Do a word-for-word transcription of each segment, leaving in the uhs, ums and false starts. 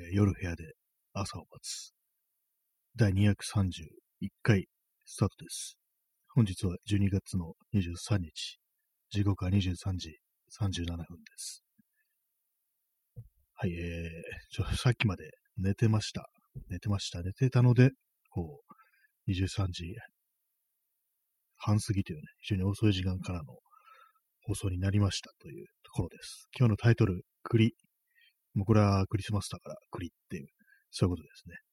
ー、夜部屋で朝を待つ。だいにひゃくさんじゅういっかいスタートです。本日はじゅうにがつのにじゅうさんにち、時刻はにじゅうさんじさんじゅうななふんです。はい、えー、ちょ、さっきまで寝てました。寝てました。寝てたので、こう、にじゅうさんじはん過ぎというね、非常に遅い時間からの放送になりましたというところです。今日のタイトル、栗。もうこれはクリスマスだから栗っていう、そういうことですね。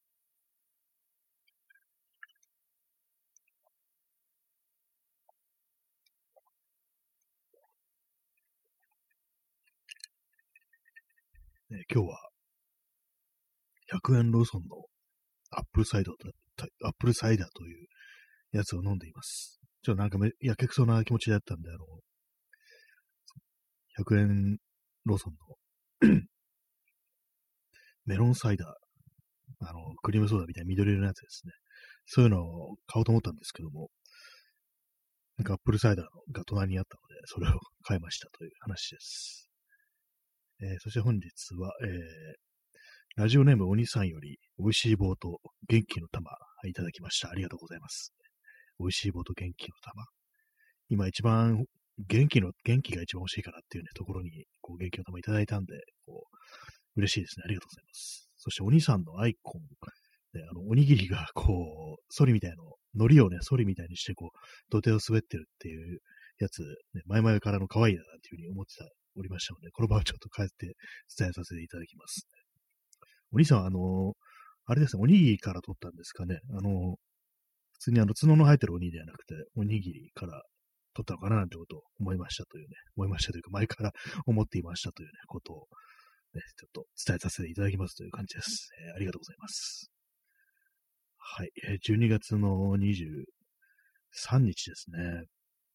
ね今日はひゃくえんローソンのアップルサイダーだ、アップルサイダーというやつを飲んでいます。ちょっとなんかめやけくそな気持ちだったんで、あの、ひゃくえんローソンのメロンサイダー、あの、クリームソーダみたいな緑色のやつですね。そういうのを買おうと思ったんですけども、なんかアップルサイダーが隣にあったので、それを買いましたという話です。えー、そして本日は、えー、ラジオネームお兄さんより、美味しい棒と元気の玉、いただきました。ありがとうございます。美味しい棒と元気の玉。今一番元気の、元気が一番欲しいかなっていうね、ところに、こう、元気の玉いただいたんで、こう、嬉しいですね。ありがとうございます。そしてお兄さんのアイコン、ね、あの、おにぎりが、こう、ソリみたいの、海苔をね、ソリみたいにして、こう、土手を滑ってるっていうやつ、ね、前々からの可愛いな、なんていうふうに思ってた、おりましたので、この場をちょっと帰って伝えさせていただきます。お兄さんは、あの、あれですね、おにぎりから取ったんですかね。あの、普通にあの、角の生えてるおにぎりではなくて、おにぎりから取ったのかななんてことを思いましたというね、思いましたというか、前から思っていましたというね、ことを、ね、ちょっと伝えさせていただきますという感じです。えーありがとうございます。はい、えーじゅうにがつのにじゅうさんにちですね。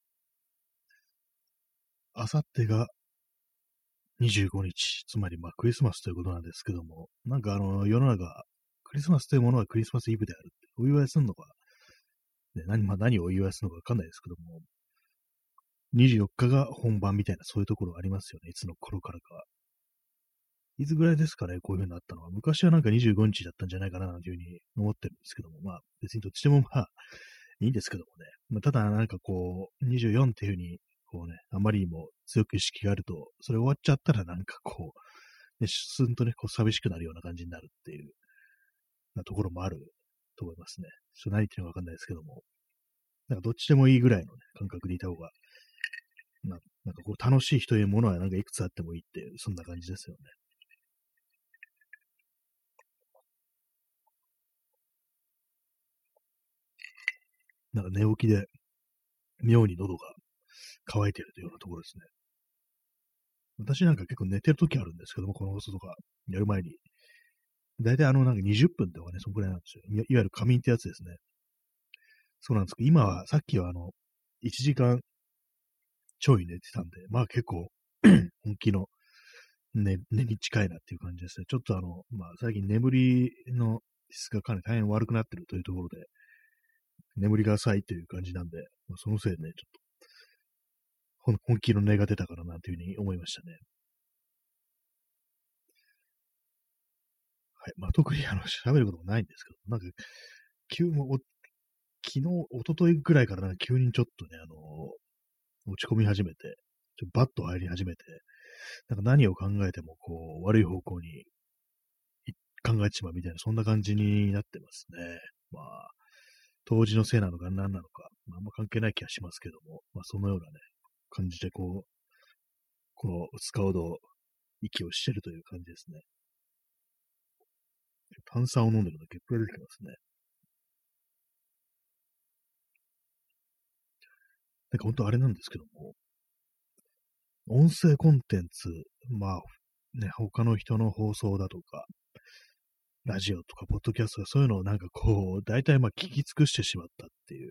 あさってがにじゅうごにち、つまりまあクリスマスということなんですけども、なんかあの、世の中、クリスマスというものはクリスマスイブであるって、お祝いするのが、ね、何、まあ、何をお祝いするのかわかんないですけども、にじゅうよっかが本番みたいなそういうところありますよね。いつの頃からか。いつぐらいですかね、こういう風になったのは。昔はなんかにじゅうごにちだったんじゃないかな、なんていう風に思ってるんですけども、まあ、別にどっちでもまあ、いいんですけどもね。まあ、ただ、なんかこう、にじゅうよんっていう風に、こうね、あまりにも強く意識があると、それ終わっちゃったらなんかこう、ね、すんとね、こう寂しくなるような感じになるっていう、なところもあると思いますね。ちょっと何言ってるのかわかんないですけども、なんかどっちでもいいぐらいのね、感覚でいた方が、ななんかこう楽しい人いうものはなんかいくつあってもいいっていう、そんな感じですよね。なんか寝起きで妙に喉が乾いているというようなところですね。私なんか結構寝てる時あるんですけども、この放送とかやる前に。だいたいあのなんかにじゅっぷんとかね、そんくらいなんですよ。いわいわゆる仮眠ってやつですね。そうなんですけど、今は、さっきはあの、いちじかんちょい寝てたんで、まあ結構本気の寝、寝に近いなっていう感じですね。ちょっとあの、まあ最近眠りの質がかなり大変悪くなってるというところで、眠りが浅いという感じなんで、まあ、そのせいでね、ちょっと本本気の寝が出たからなというふうに思いましたね。はい。まあ、特にあの、喋ることもないんですけど、なんか、急も、お昨日、一昨日ぐらいからなんか急にちょっとね、あの、落ち込み始めて、ちょバッと入り始めて、なんか何を考えても、こう、悪い方向にい考えてしまうみたいな、そんな感じになってますね。まあ、当時のせいなのか何なのか、まあ、あんま関係ない気がしますけども、まあ、そのようなね、感じで、こう、この二日ほど息をしてるという感じですね。炭酸を飲んでるので、ゲップが出てきますね。なんか本当あれなんですけども、音声コンテンツ、まあ、ね、他の人の放送だとか、ラジオとか、ポッドキャストとか、そういうのをなんかこう、大体まあ聞き尽くしてしまったっていう、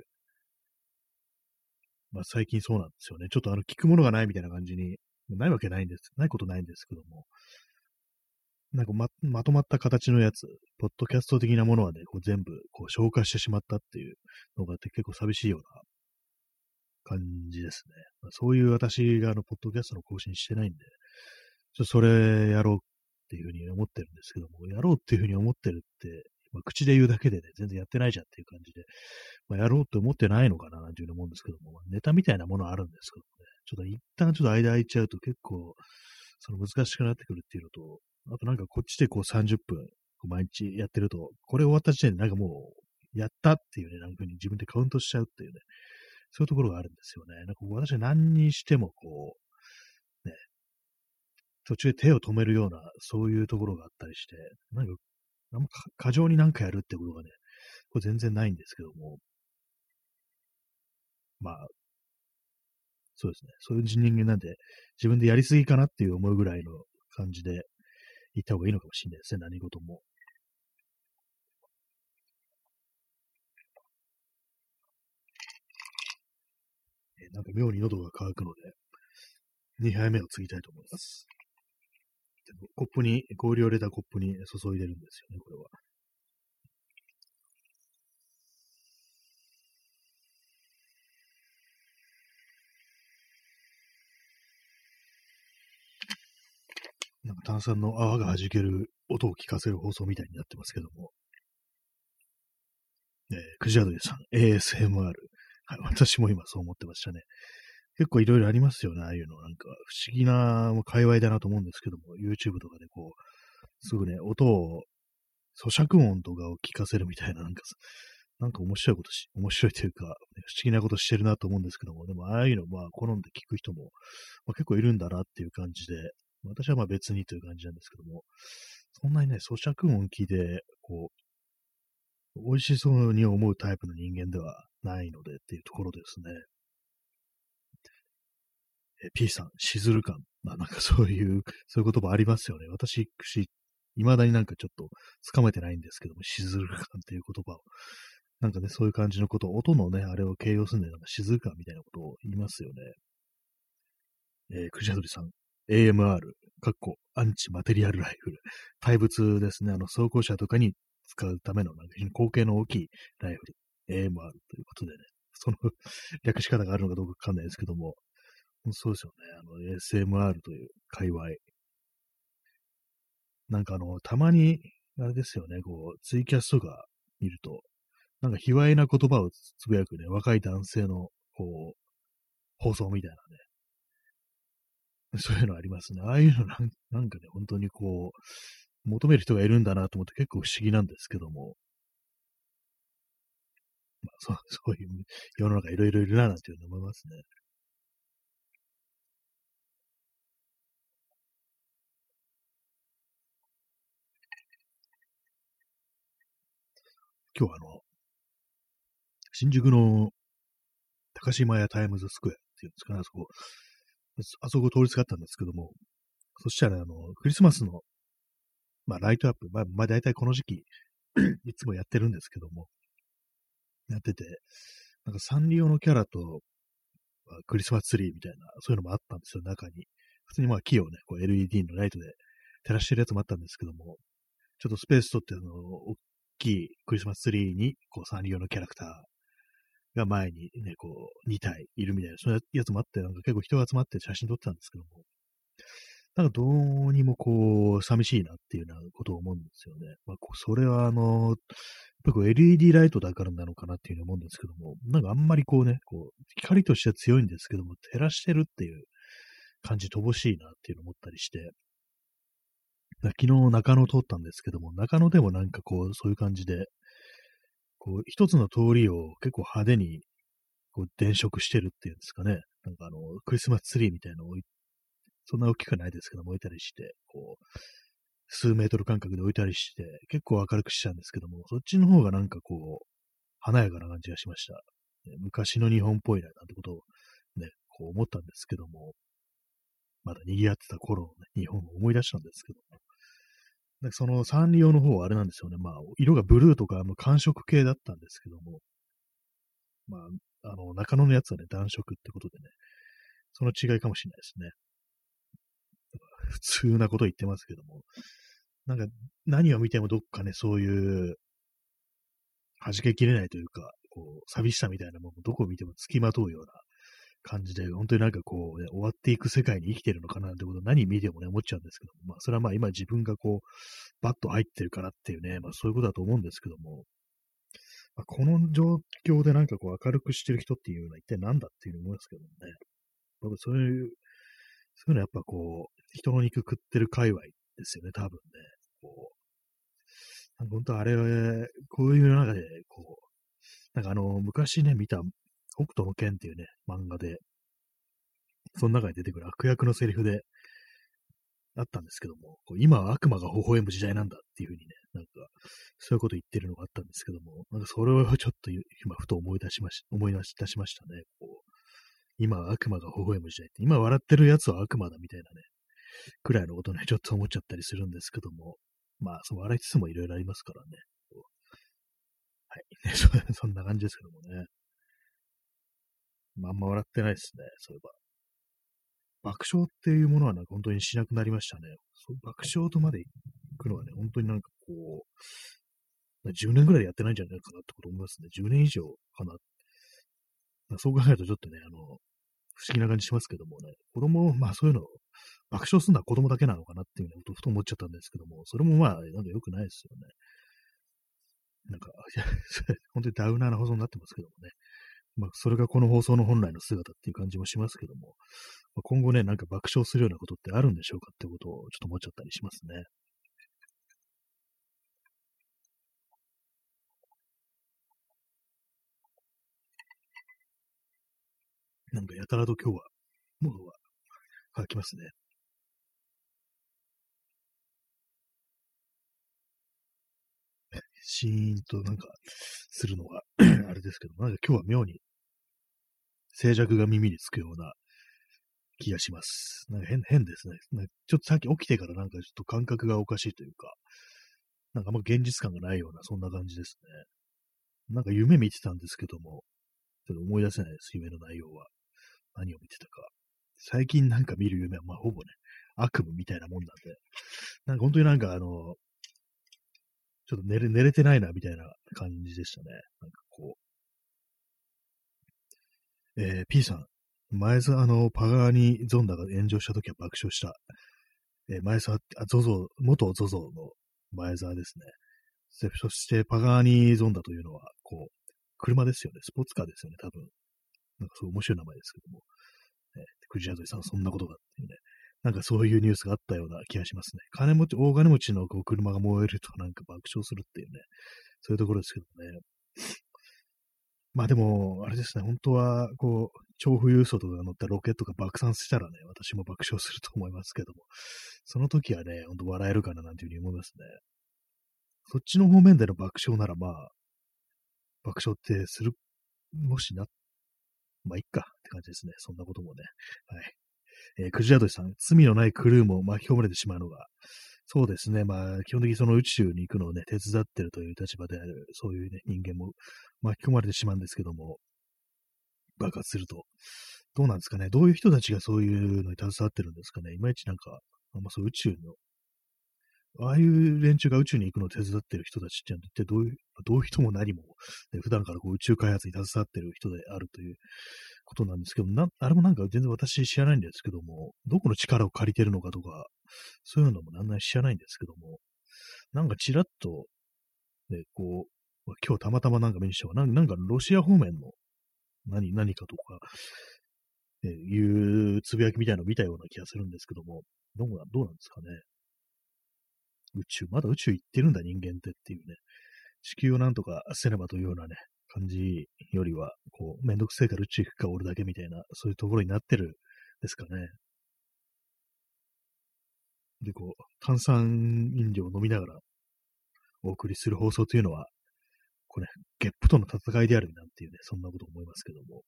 まあ最近そうなんですよね。ちょっとあの、聞くものがないみたいな感じに、ないわけないんです。ないことないんですけども、なんかま、まとまった形のやつ、ポッドキャスト的なものはね、こう全部こう消化してしまったっていうのがあって結構寂しいような感じですね。まあ、そういう私があの、ポッドキャストの更新してないんで、ちょっとそれやろうっていうふうに思ってるんですけども、やろうっていうふうに思ってるって、まあ、口で言うだけでね、全然やってないじゃんっていう感じで、まあ、やろうと思ってないのかななんていうふうに思うんですけども、まあネタみたいなものはあるんですけどもね、ちょっと一旦ちょっと間空いちゃうと結構、その難しくなってくるっていうのと、あとなんかこっちでこうさんじゅっぷん、毎日やってると、これ終わった時点でなんかもう、やったっていうね、なんか風に自分でカウントしちゃうっていうね、そういうところがあるんですよね。なんか私は何にしてもこう、ね、途中で手を止めるような、そういうところがあったりして、なんか、あんま過剰になんかやるってことがね、これ全然ないんですけども、まあ、そうですね。そういう人間なんで、自分でやりすぎかなっていう思うぐらいの感じで言った方がいいのかもしれないですね、何事も。えーなんか妙に喉が渇くので、にはいめを継ぎたいと思います。コップに、氷を入れたコップに注いでるんですよね、これは。なんか炭酸の泡が弾ける音を聞かせる放送みたいになってますけども、えー、クジラドリさん、エーエスエムアール。はい、私も今そう思ってましたね。結構いろいろありますよね、ああいうの。なんか不思議な界隈だなと思うんですけども、YouTube とかでこう、すぐね、音を、咀嚼音とかを聞かせるみたいな、なんか、なんか面白いことし、面白いというか、不思議なことしてるなと思うんですけども、でもああいうの、まあ、好んで聞く人も、まあ、結構いるんだなっていう感じで、私はまあ別にという感じなんですけども、そんなにね、咀嚼音聞いて、こう、美味しそうに思うタイプの人間ではないのでっていうところですね。え P さん、しずる感。まあなんかそういう、そういう言葉ありますよね。私、し、未だになんかちょっとつかめてないんですけども、しずる感っていう言葉を。なんかね、そういう感じのことを、音のね、あれを形容するんで、なんかしずる感みたいなことを言いますよね。えー、クジャドリさん、エーエムアール、かっこ、アンチマテリアルライフル。対物ですね、あの、装甲車とかに使うための、なんか非常に口径の大きいライフル、エーエムアール ということでね、その略し方があるのかどうかわかんないですけども、そうですよね、あの、エーエスエムアール という界隈。なんかあの、たまに、あれですよね、こう、ツイキャスとか見ると、なんか卑猥な言葉をつぶやくね、若い男性の、こう、放送みたいなね、そういうのありますね。ああいうのなん、なんかね、本当にこう、求める人がいるんだなと思って結構不思議なんですけども、まあ、そう、そういう世の中いろいろいるななんていうふうに思いますね。今日はあの、新宿の高島屋タイムズスクエアっていうんですかね、あそこ、あそこ通りすがったんですけども、そしたらあの、クリスマスの、まあ、ライトアップ、まあ、まあ、大体この時期いつもやってるんですけども、やってて、なんかサンリオのキャラと、まあクリスマスツリーみたいな、そういうのもあったんですよ、中に。普通にまあ木をね、こう エルイーディー のライトで照らしてるやつもあったんですけども、ちょっとスペース取って、あの、大きいクリスマスツリーに、こうサンリオのキャラクターが前にね、こうにたいいるみたいな、そういうやつもあって、なんか結構人が集まって写真撮ってたんですけども、なんかどうにもこう、寂しいなっていうようなことを思うんですよね。まあ、こうそれはあの、やっぱこう エルイーディー ライトだからなのかなっていうふうに思うんですけども、なんかあんまりこうね、こう、光としては強いんですけども、照らしてるっていう感じ乏しいなっていうのを思ったりして、昨日中野通ったんですけども、中野でもなんかこう、そういう感じで、こう、一つの通りを結構派手に、こう、電飾してるっていうんですかね。なんかあの、クリスマスツリーみたいなのを置い、そんな大きくないですけども、置いたりして、こう、数メートル間隔で置いたりして、結構明るくしちゃうんですけども、そっちの方がなんかこう、華やかな感じがしました。ね昔の日本っぽいな、なんてことをね、こう思ったんですけども、まだ賑わってた頃のね、日本を思い出したんですけども、でそのサンリオの方はあれなんですよね。まあ、色がブルーとか、あの寒色系だったんですけども、まあ、あの、中野のやつはね、暖色ってことでね、その違いかもしれないですね。普通なこと言ってますけども、なんか、何を見てもどっかね、そういう、弾けきれないというか、こう、寂しさみたいなものをどこを見ても付きまとうような感じで、本当になんかこう、ね、終わっていく世界に生きてるのかなってことを何見てもね、思っちゃうんですけども、まあ、それはまあ今自分がこう、バッと入ってるからっていうね、まあそういうことだと思うんですけども、まあ、この状況でなんかこう明るくしてる人っていうのは一体何だっていうふうに思いますけどもね。僕そういう、そういうのやっぱこう、人の肉食ってる界隈ですよね、多分ね。こう、なんか本当あれ、こういう中で、こう、なんかあの、昔ね、見た北斗の拳っていうね、漫画で、その中に出てくる悪役のセリフであったんですけども、こう今は悪魔が微笑む時代なんだっていうふうにね、なんか、そういうこと言ってるのがあったんですけども、なんかそれをちょっと今ふと思い出しまし、思い出し出しましたね。こう今は悪魔が微笑む時代って、今笑ってるやつは悪魔だみたいなね、くらいのことね、ちょっと思っちゃったりするんですけども、まあ、そう笑いつつもいろいろありますからね。こうはい。ねそそんな感じですけどもね。まあ、あんま笑ってないですね、そういえば。爆笑っていうものはなんか本当にしなくなりましたね。そう爆笑とまで行くのはね、本当になんかこう、じゅうねんぐらいやってないんじゃないかなってこと思いますね。じゅうねん以上かな。そう考えるとちょっとね、あの、不思議な感じしますけどもね、子供、まあそういうの、爆笑するのは子供だけなのかなっていうね、ふと思っちゃったんですけども、それもまあ、なんか良くないですよね。なんか、いや本当にダウナーな放送になってますけどもね。まあ、それがこの放送の本来の姿っていう感じもしますけども、まあ、今後ね、なんか爆笑するようなことってあるんでしょうかってことをちょっと思っちゃったりしますね。なんかやたらと今日は、喉が渇きますね。シーンとなんかするのがあれですけど、なんか今日は妙に静寂が耳につくような気がします。なんか変、変ですね。なんかちょっとさっき起きてからなんかちょっと感覚がおかしいというか、なんかあんま現実感がないような、そんな感じですね。なんか夢見てたんですけども、ちょっと思い出せないです、夢の内容は。何を見てたか。最近なんか見る夢は、まあほぼね、悪夢みたいなもんなんで、なんか本当になんかあの、ちょっと寝れ、寝れてないな、みたいな感じでしたね。なんかこう、えー、P さん、前さ、あの、パガーニ・ゾンダが炎上した時は爆笑した。えー、前澤、あ、ゾゾ、元ゾゾの前澤ですね。そそして、パガーニ・ゾンダというのは、こう、車ですよね。スポーツカーですよね、多分。なんかそう面白い名前ですけども。えー、クジラドリさん、そんなことがっていうね。なんかそういうニュースがあったような気がしますね。金持ち、大金持ちのこう車が燃えるとなんか爆笑するっていうね。そういうところですけどね。まあでも、あれですね、本当は、こう、超富裕層とかが乗ったロケットが爆散したらね、私も爆笑すると思いますけども、その時はね、本当笑えるかななんていうふうに思いますね。そっちの方面での爆笑ならまあ、爆笑ってする、もしな、まあ、いっかって感じですね。そんなこともね。はい。えー、クジラドリさん、罪のないクルーも巻き込まれてしまうのが、そうですね。まあ、基本的にその宇宙に行くのをね、手伝ってるという立場である、そういうね、人間も巻き込まれてしまうんですけども、爆発すると。どうなんですかね。どういう人たちがそういうのに携わってるんですかね。いまいちなんか、あんまそう宇宙の、ああいう連中が宇宙に行くのを手伝ってる人たちって一体どういう、どういう人も何も、ね、普段からこう宇宙開発に携わってる人であるということなんですけど、な、あれもなんか全然私知らないんですけども、どこの力を借りてるのかとか、そういうのもなんな知らないんですけども、なんかちらっと、ね、こう、今日たまたまなんか目にしたわ。なんなんかロシア方面の何、何かとか、えーいうつぶやきみたいなのを見たような気がするんですけども、どうな、どうなんですかね。宇宙、まだ宇宙行ってるんだ人間ってっていうね、地球をなんとかせねばというようなね、感じよりは、こう、めんどくせえから宇宙行くか俺だけみたいな、そういうところになってるですかね。で、こう、炭酸飲料を飲みながらお送りする放送というのは、これ、ゲップとの戦いであるなんていうね、そんなこと思いますけども。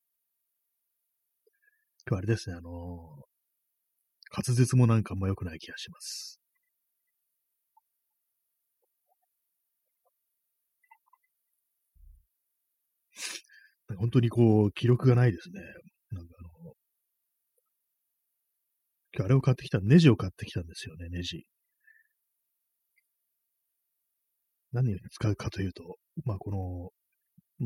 今日あれですね、あのー滑舌もなんかあんま良くない気がします。本当にこう、記録がないですね。なんかあの、今日あれを買ってきた、ネジを買ってきたんですよね、ネジ。何に使うかというと、まあこの、まあ、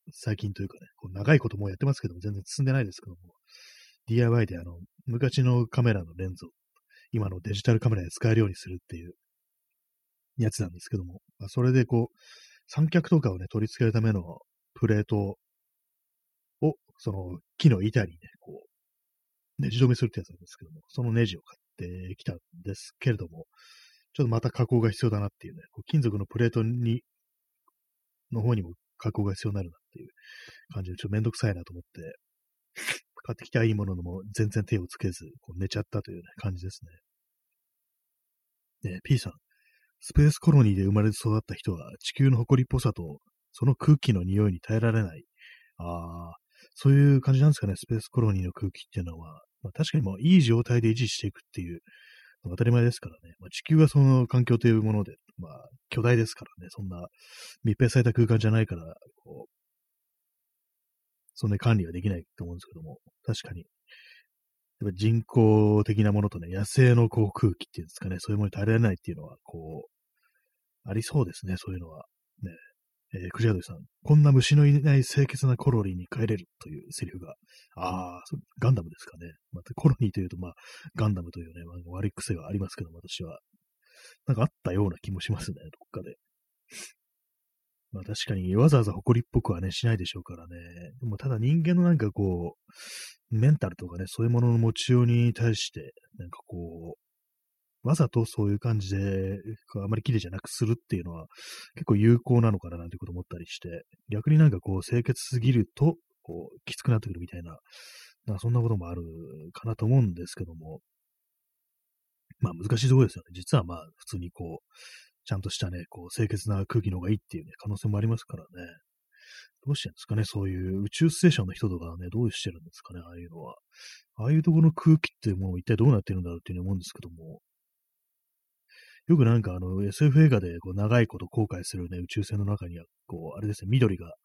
最近というかね、こう長いこともうやってますけども、全然進んでないですけども、ディーアイワイ であの、昔のカメラのレンズを今のデジタルカメラで使えるようにするっていうやつなんですけども、まあ、それでこう、三脚とかをね、取り付けるためのプレートを、その木の板にね、こう、ネジ止めするってやつなんですけども、そのネジを買ってきたんですけれども、ちょっとまた加工が必要だなっていうね、こう金属のプレートに、の方にも加工が必要になるなっていう感じで、ちょっとめんどくさいなと思って、買ってきたいいもののも全然手をつけず、こう寝ちゃったという、ね、感じですね。で、P さん、スペースコロニーで生まれ育った人は地球の埃っぽさとその空気の匂いに耐えられない。ああ、そういう感じなんですかね、スペースコロニーの空気っていうのは。まあ、確かにもういい状態で維持していくっていうのが当たり前ですからね。まあ、地球はその環境というもので、まあ、巨大ですからね、そんな密閉された空間じゃないから、こう、そんな管理はできないと思うんですけども、確かに、やっぱ人工的なものとね、野生のこう空気っていうんですかね、そういうものに耐えられないっていうのは、こう、ありそうですね、そういうのは。ね。えー、クジャドリさん、こんな虫のいない清潔なコロニーに帰れるというセリフが、ああ、ガンダムですかね。またコロニーというと、まあ、ガンダムというね、まあ、悪い癖がありますけども、私は。なんかあったような気もしますね、どっかで。まあ確かにわざわざ誇りっぽくはね、しないでしょうからね。でもただ人間のなんかこう、メンタルとかね、そういうものの持ちように対して、なんかこう、わざとそういう感じで、あまり綺麗じゃなくするっていうのは結構有効なのかななんてこと思ったりして、逆になんかこう清潔すぎると、こう、きつくなってくるみたいな、なんかそんなこともあるかなと思うんですけども、まあ難しいところですよね。実はまあ普通にこう、ちゃんとしたね、こう清潔な空気の方がいいっていうね、可能性もありますからね。どうしてるんですかね、そういう宇宙ステーションの人とかはね、どうしてるんですかね、ああいうのは。ああいうところの空気っていうものを一体どうなってるんだろうっていうふうに思うんですけども、よくなんかあの エスエフ 映画でこう長いこと航海するね、宇宙船の中には、こう、あれですね、緑があって、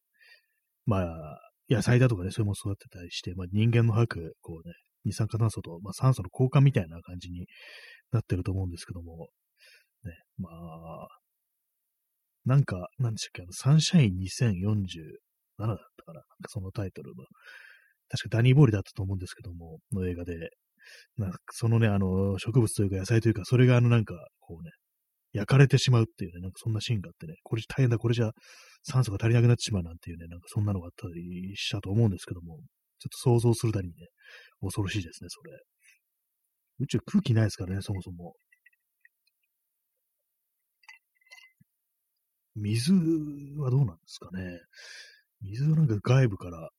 まあ、野菜だとかね、それも育ってたりして、まあ人間の吐く、こうね、二酸化炭素と、まあ、酸素の交換みたいな感じになってると思うんですけども、ね、まあ、なんか、なんでしたっけ、あの、サンシャインにせんよんじゅうななだったかな、なんかそのタイトルの、確かダニー・ボーリだったと思うんですけども、の映画で、なんかそのね、あの、植物というか野菜というか、それがあのなんか、こうね、焼かれてしまうっていうね、なんかそんなシーンがあってね、これ大変だ、これじゃ酸素が足りなくなってしまうなんていうね、なんかそんなのがあったりしたと思うんですけども、ちょっと想像するたびにね、恐ろしいですね、それ。宇宙空気ないですからね、そもそも。水はどうなんですかね。水はなんか外部から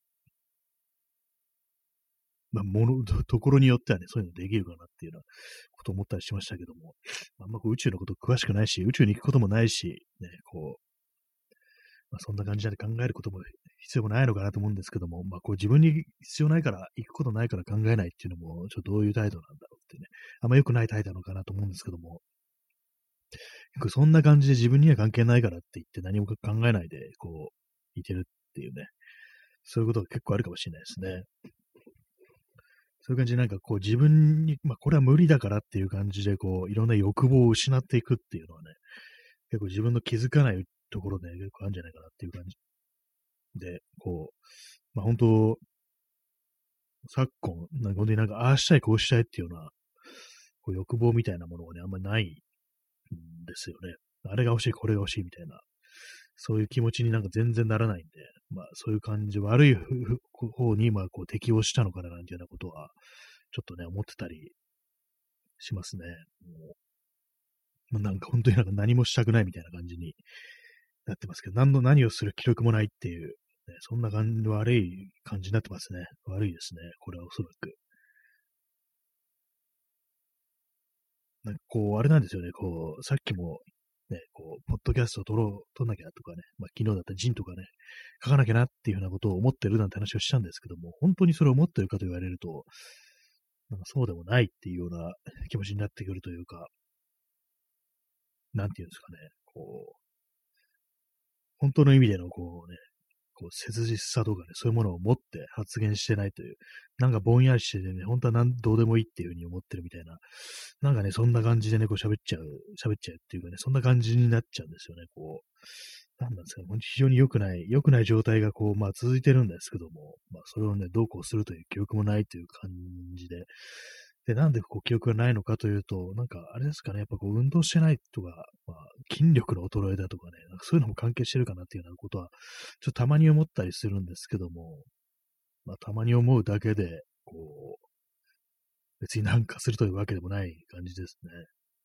まあ、もの、とところによってはね、そういうのできるかなっていうようなことを思ったりしましたけども、あんまこう宇宙のこと詳しくないし、宇宙に行くこともないし、ね、こう、まあ、そんな感じで考えることも必要もないのかなと思うんですけども、まあ、こう自分に必要ないから、行くことないから考えないっていうのも、ちょっとどういう態度なんだろうってね、あんま良くない態度なのかなと思うんですけども、結構そんな感じで自分には関係ないからって言って何も考えないで、こう、いてるっていうね、そういうことが結構あるかもしれないですね。そういう感じでなんかこう自分に、まあこれは無理だからっていう感じでこういろんな欲望を失っていくっていうのはね、結構自分の気づかないところで結構あるんじゃないかなっていう感じで、こう、まあ本当、昨今、なんか本当になんかああしたいこうしたいっていうようなこう欲望みたいなものがね、あんまりないんですよね。あれが欲しい、これが欲しいみたいな、そういう気持ちになんか全然ならないんで、まあそういう感じ、悪い方にまあこう適応したのかななんていうようなことは、ちょっとね、思ってたりしますね。もうなんか本当になんか何もしたくないみたいな感じになってますけど、何の何をする気力もないっていう、ね、そんな感じ、悪い感じになってますね。悪いですね。これはおそらく。なんかこう、あれなんですよね。こう、さっきも、ね、こう、ポッドキャストを撮ろう、撮んなきゃとかね、まあ昨日だったらジンとかね、書かなきゃなっていうふうなことを思ってるなんて話をしたんですけども、本当にそれを思ってるかと言われると、なんかそうでもないっていうような気持ちになってくるというか、なんていうんですかね、こう、本当の意味でのこうね、 こう、切実さとかね、そういうものを持って発言してないという、なんかぼんやりしててね、本当はなんどうでもいいっていうふうに思ってるみたいな、なんかね、そんな感じでね、こう喋っちゃう、喋っちゃうっていうかね、そんな感じになっちゃうんですよね、こう。なんなんですかね、非常に良くない、良くない状態がこう、まあ続いてるんですけども、まあそれをね、どうこうするという記憶もないという感じで、で、なんでこう記憶がないのかというと、なんかあれですかね、やっぱこう運動してないとか、まあ筋力の衰えだとかね、なんかそういうのも関係してるかなっていうようなことは、ちょっとたまに思ったりするんですけども、まあたまに思うだけで、こう、別になんかするというわけでもない感じですね。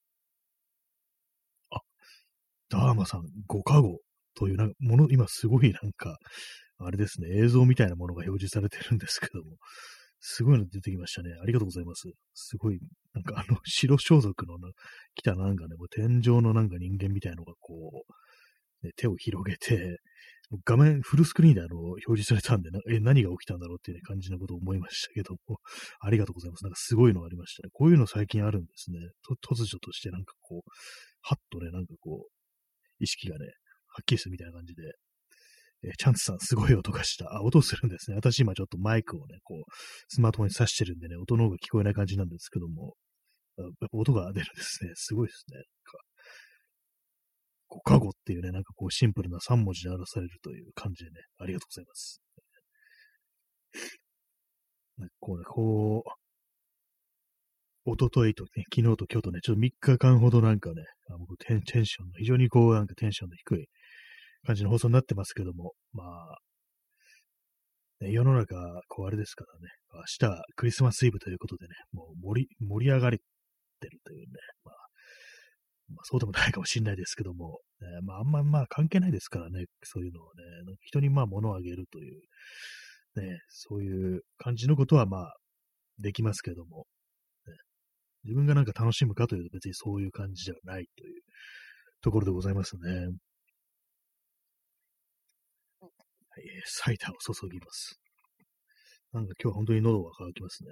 あ、ダーマさん、ご加護というなんかもの、今すごいなんか、あれですね、映像みたいなものが表示されてるんですけども、すごいの出てきましたね。ありがとうございます。すごい、なんかあの、白装束のな、来たなんかね、もう天井のなんか人間みたいのがこう、ね、手を広げて、画面、フルスクリーンであの、表示されたんでな、え、何が起きたんだろうっていう、ね、感じのことを思いましたけども、ありがとうございます。なんかすごいのありましたね。こういうの最近あるんですね。と、突如としてなんかこう、はっとね、なんかこう、意識がね、はっきりするみたいな感じで、えーチャンツさん、すごい音がした。あ、音するんですね。私今ちょっとマイクをね、こう、スマートフォンに挿してるんでね、音の方が聞こえない感じなんですけども、あやっぱ音が出るんですね。すごいですね。なんかご加護っていうね、なんかこうシンプルなさん文字で表されるという感じでね、ありがとうございます。なんかこうね、こう、一昨日とね、昨日と今日とね、ちょっとみっかかんほどなんかね、あ僕テンテンションの、非常にこうなんかテンションの低い感じの放送になってますけども、まあ、ね、世の中、こうあれですからね、明日クリスマスイブということでね、もう盛り、盛り上がりてるというね、まあ、まあ、そうでもないかもしれないですけども、ね、まあ、あんままあ関係ないですからね、そういうのはね、なんか人にまあ物をあげるという、ね、そういう感じのことはまあできますけども、ね、自分がなんか楽しむかというと別にそういう感じではないというところでございますね。はい、えーサイダーを注ぎます。なんか今日は本当に喉が渇きますね。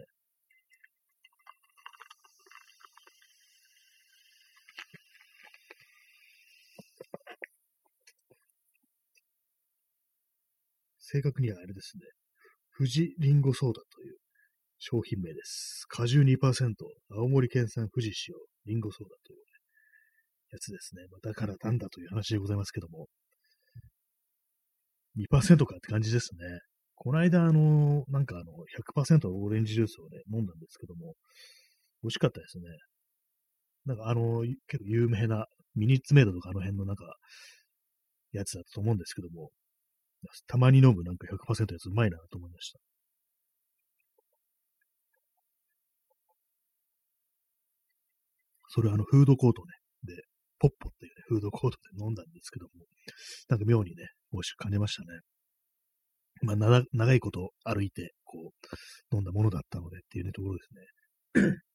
正確にはあれですね。富士リンゴソーダという商品名です。果汁にパーセント、青森県産富士使用、リンゴソーダというやつですね。まあ、だからなんだという話でございますけども、にパーセントかって感じですね。この間、あの、なんかあの、ひゃくパーセントのオレンジジュースをね、飲んだんですけども、美味しかったですね。なんかあの、結構有名なミニッツメイドとかあの辺のなんか、やつだと思うんですけども、たまに飲むなんかひゃくパーセントのやつうまいなと思いました。それはあの、フードコートね、で、ポッポっていうね、フードコートで飲んだんですけども、なんか妙にね、美味しく感じましたね。まあ、長長いこと歩いて、こう、飲んだものだったのでっていうね、ところですね。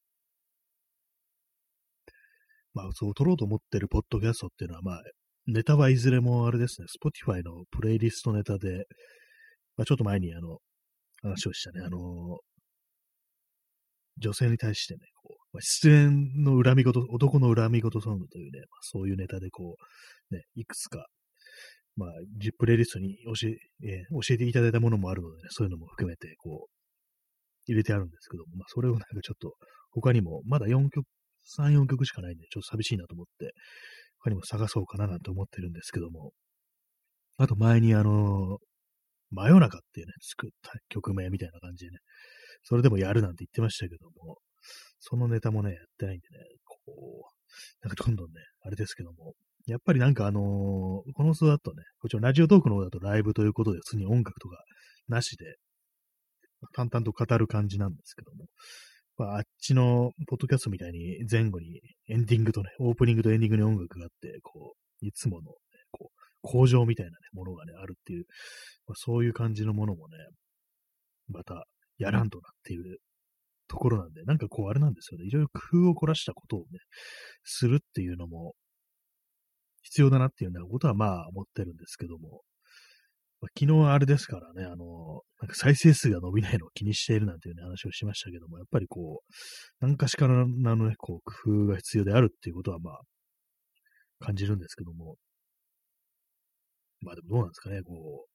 まあ、そう、撮ろうと思ってるポッドキャストっていうのは、まあ、ネタはいずれもあれですね、Spotify のプレイリストネタで、まあ、ちょっと前にあの、話をしたね、あの、女性に対してね、こう、まあ、失恋の恨み事、男の恨み事ソングというね、まあ、そういうネタでこう、ね、いくつか、まあ、プレイリストに教え、えー教えていただいたものもあるのでね、そういうのも含めて、こう、入れてあるんですけども、まあ、それをなんかちょっと、他にも、まだよんきょく、さん、よんきょくしかないんで、ちょっと寂しいなと思って、他にも探そうかななんて思ってるんですけども、あと前にあの、真夜中っていうね、作った曲名みたいな感じでね、それでもやるなんて言ってましたけども、そのネタもね、やってないんでね、こう、なんかどんどんね、あれですけども、やっぱりなんかあのーこの巣だとね、こっちのラジオトークの方だとライブということで、普通に音楽とかなしで、淡々と語る感じなんですけども、まあ、あっちのポッドキャストみたいに前後にエンディングとね、オープニングとエンディングに音楽があって、こう、いつもの、ね、こう、工場みたいな、ね、ものがね、あるっていう、まあ、そういう感じのものもね、またやらんとなっていうところなんで、なんかこうあれなんですよね。いろいろ工夫を凝らしたことをね、するっていうのも必要だなっていうようなことはまあ思ってるんですけども、まあ、昨日あれですからね、あの、なんか再生数が伸びないのを気にしているなんていうね、話をしましたけども、やっぱりこう、何かしからのね、こう、工夫が必要であるっていうことはまあ、感じるんですけども、まあでもどうなんですかね、こう、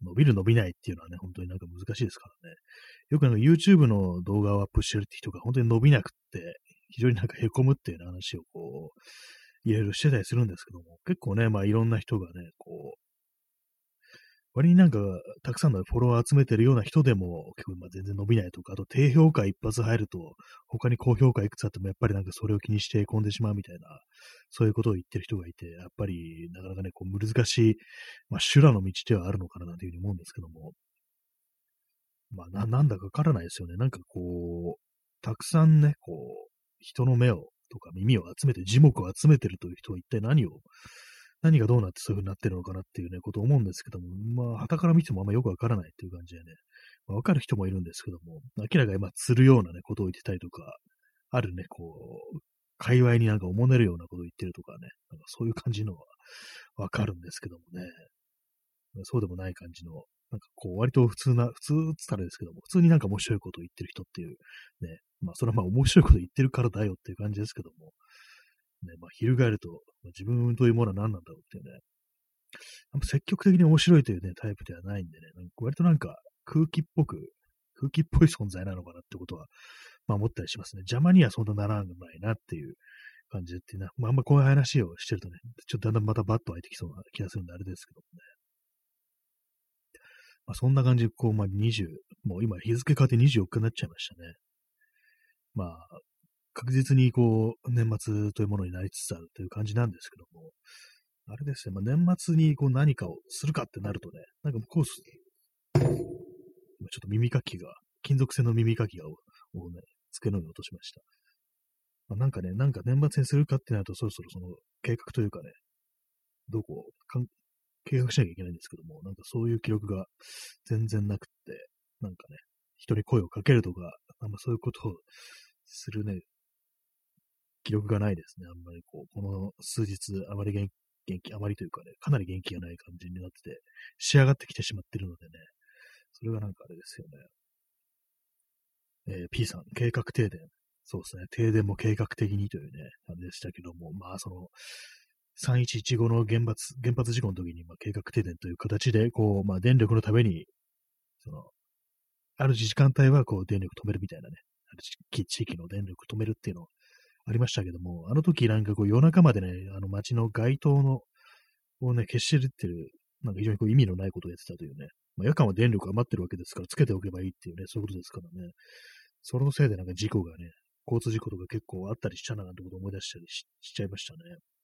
伸びる伸びないっていうのはね、本当になんか難しいですからね。よくなんか YouTube の動画をアップしてるって人が本当に伸びなくって、非常になんか凹むっていうような話をこう、いろいろしてたりするんですけども、結構ね、まあいろんな人がね、こう、割になんか、たくさんのフォロワー集めてるような人でも、結構まあ全然伸びないとか、あと低評価一発入ると、他に高評価いくつあっても、やっぱりなんかそれを気にして込んでしまうみたいな、そういうことを言ってる人がいて、やっぱりなかなかね、こう難しい、まあ修羅の道ではあるのかななんていうふうに思うんですけども、まあな、なんだかわからないですよね。なんかこう、たくさんね、こう、人の目をとか耳を集めて、耳目を集めてるという人は一体何を何がどうなってそういう風になってるのかなっていうね、ことを思うんですけども、まあ、傍から見てもあんまよくわからないっていう感じでね、まあ、わかる人もいるんですけども、明らかにまあ、釣るようなね、ことを言ってたりとか、あるね、こう、界隈になんかおもねるようなことを言ってるとかね、なんかそういう感じのはわかるんですけどもね、そうでもない感じの、なんかこう、割と普通な、普通って言ったらですけども、普通になんか面白いことを言ってる人っていう、ね、まあ、それはまあ面白いこと言ってるからだよっていう感じですけども、ね、まあ、翻ると、まあ、自分というものは何なんだろうっていうね、積極的に面白いというね、タイプではないんでね、なんか割となんか空気っぽく、空気っぽい存在なのかなってことは、まあ思ったりしますね。邪魔にはそんなならないなっていう感じでっていうな、まああんまこういう話をしてるとね、ちょっとだんだんまたバッと湧いてきそうな気がするんであれですけどもね。まあそんな感じで、こう、まあにじゅう、もう今日付変わってにじゅうよっかになっちゃいましたね。まあ、確実にこう、年末というものになりつつあるという感じなんですけども、あれですね、まあ、年末にこう何かをするかってなるとね、なんかこう、今ちょっと耳かきが、金属製の耳かきがををね、付けのように落としました。まあ、なんかね、なんか年末にするかってなると、そろそろその計画というかね、どこをかん計画しなきゃいけないんですけども、なんかそういう記録が全然なくって、なんかね、人に声をかけるとか、あんまそういうことをするね、記録がないですね。あんまりこう、この数日、あまり元元気、あまりというかね、かなり元気がない感じになってて、仕上がってきてしまってるのでね、それがなんかあれですよね。えー、P さん、計画停電。そうですね。停電も計画的にというね、感じでしたけども、まあ、その、さんいちいちごの原発、原発事故の時に、まあ、計画停電という形で、こう、まあ、電力のために、その、ある時間帯は、こう、電力止めるみたいなね、ある地域の電力止めるっていうのありましたけども、あの時なんかこう夜中までね、あの街の街灯のをね、消してるっていう、なんか非常にこう意味のないことをやってたというね、まあ、夜間は電力余ってるわけですから、つけておけばいいっていうね、そういうことですからね。そのせいでなんか事故がね、交通事故とか結構あったりしちゃうななんてことを思い出したり し, しちゃいましたね。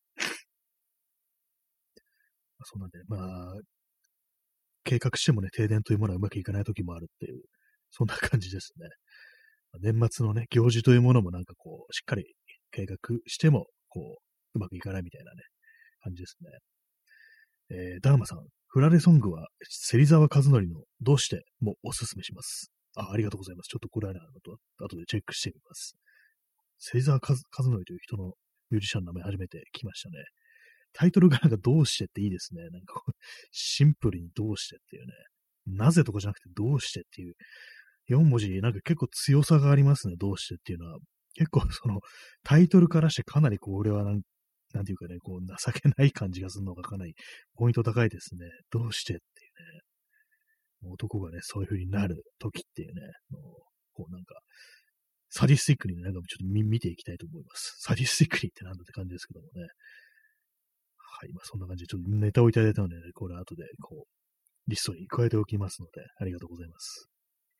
まあ、そうなんで、まあ、計画してもね、停電というものはうまくいかない時もあるっていう、そんな感じですね。年末のね、行事というものもなんかこう、しっかり計画しても、こう、うまくいかないみたいなね、感じですね。えー、ダーマさん、フラレソングは、芹沢和則のどうしてもおすすめします。あ、ありがとうございます。ちょっとこれはね、あのと後でチェックしてみます。芹沢和和則という人のミュージシャンの名前初めて聞きましたね。タイトルがなんかどうしてっていいですね。なんかシンプルにどうしてっていうね。なぜとかじゃなくてどうしてっていうよん文字、なんか結構強さがありますね。どうしてっていうのは。結構そのタイトルからしてかなりこう俺はなんなんていうかね、こう情けない感じがするのがかなりポイント高いですね。どうしてっていうね。男がね、そういう風になる時っていうね、こうなんか、サディスティックにね、なんかちょっと見見ていきたいと思います。サディスティックにってなんだって感じですけどもね。はい、まあそんな感じでちょっとネタをいただいたので、ね、これ後でこう、リストに加えておきますので、ありがとうございます。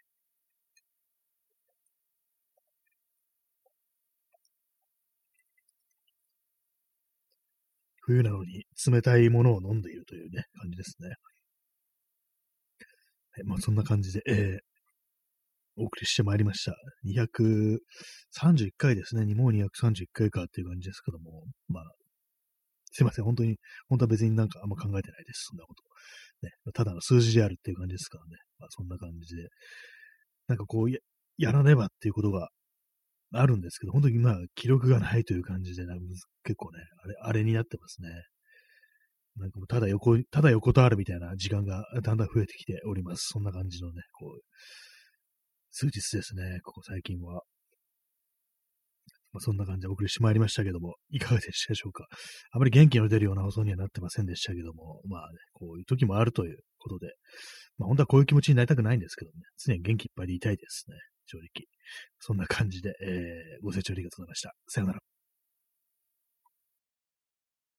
冬なのに冷たいものを飲んでいるというね、感じですね。はい、まあそんな感じで、えー、お送りしてまいりました。にひゃくさんじゅういっかいですね。もうにひゃくさんじゅういっかいかっていう感じですけども、まあ、すいません。本当に、本当は別になんかあんま考えてないです。そんなこと。ね、ただの数字であるっていう感じですからね。まあそんな感じで、なんかこうや、やらねばっていうことがあるんですけど、本当にまあ記録がないという感じで、なんか結構ね、あれ、あれになってますね。なんかもうただ横、ただ横たわるみたいな時間がだんだん増えてきております。そんな感じのね、こう、数日ですね、ここ最近は。まあ、そんな感じでお送りしてまいりましたけども、いかがでしたでしょうか。あまり元気の出るような放送にはなってませんでしたけども、まあね、こういう時もあるということで、 まあ本当はこういう気持ちになりたくないんですけどね、常に元気いっぱいでいたいですね。正直。そんな感じで、えー、ご清聴ありがとうございました。さようなら。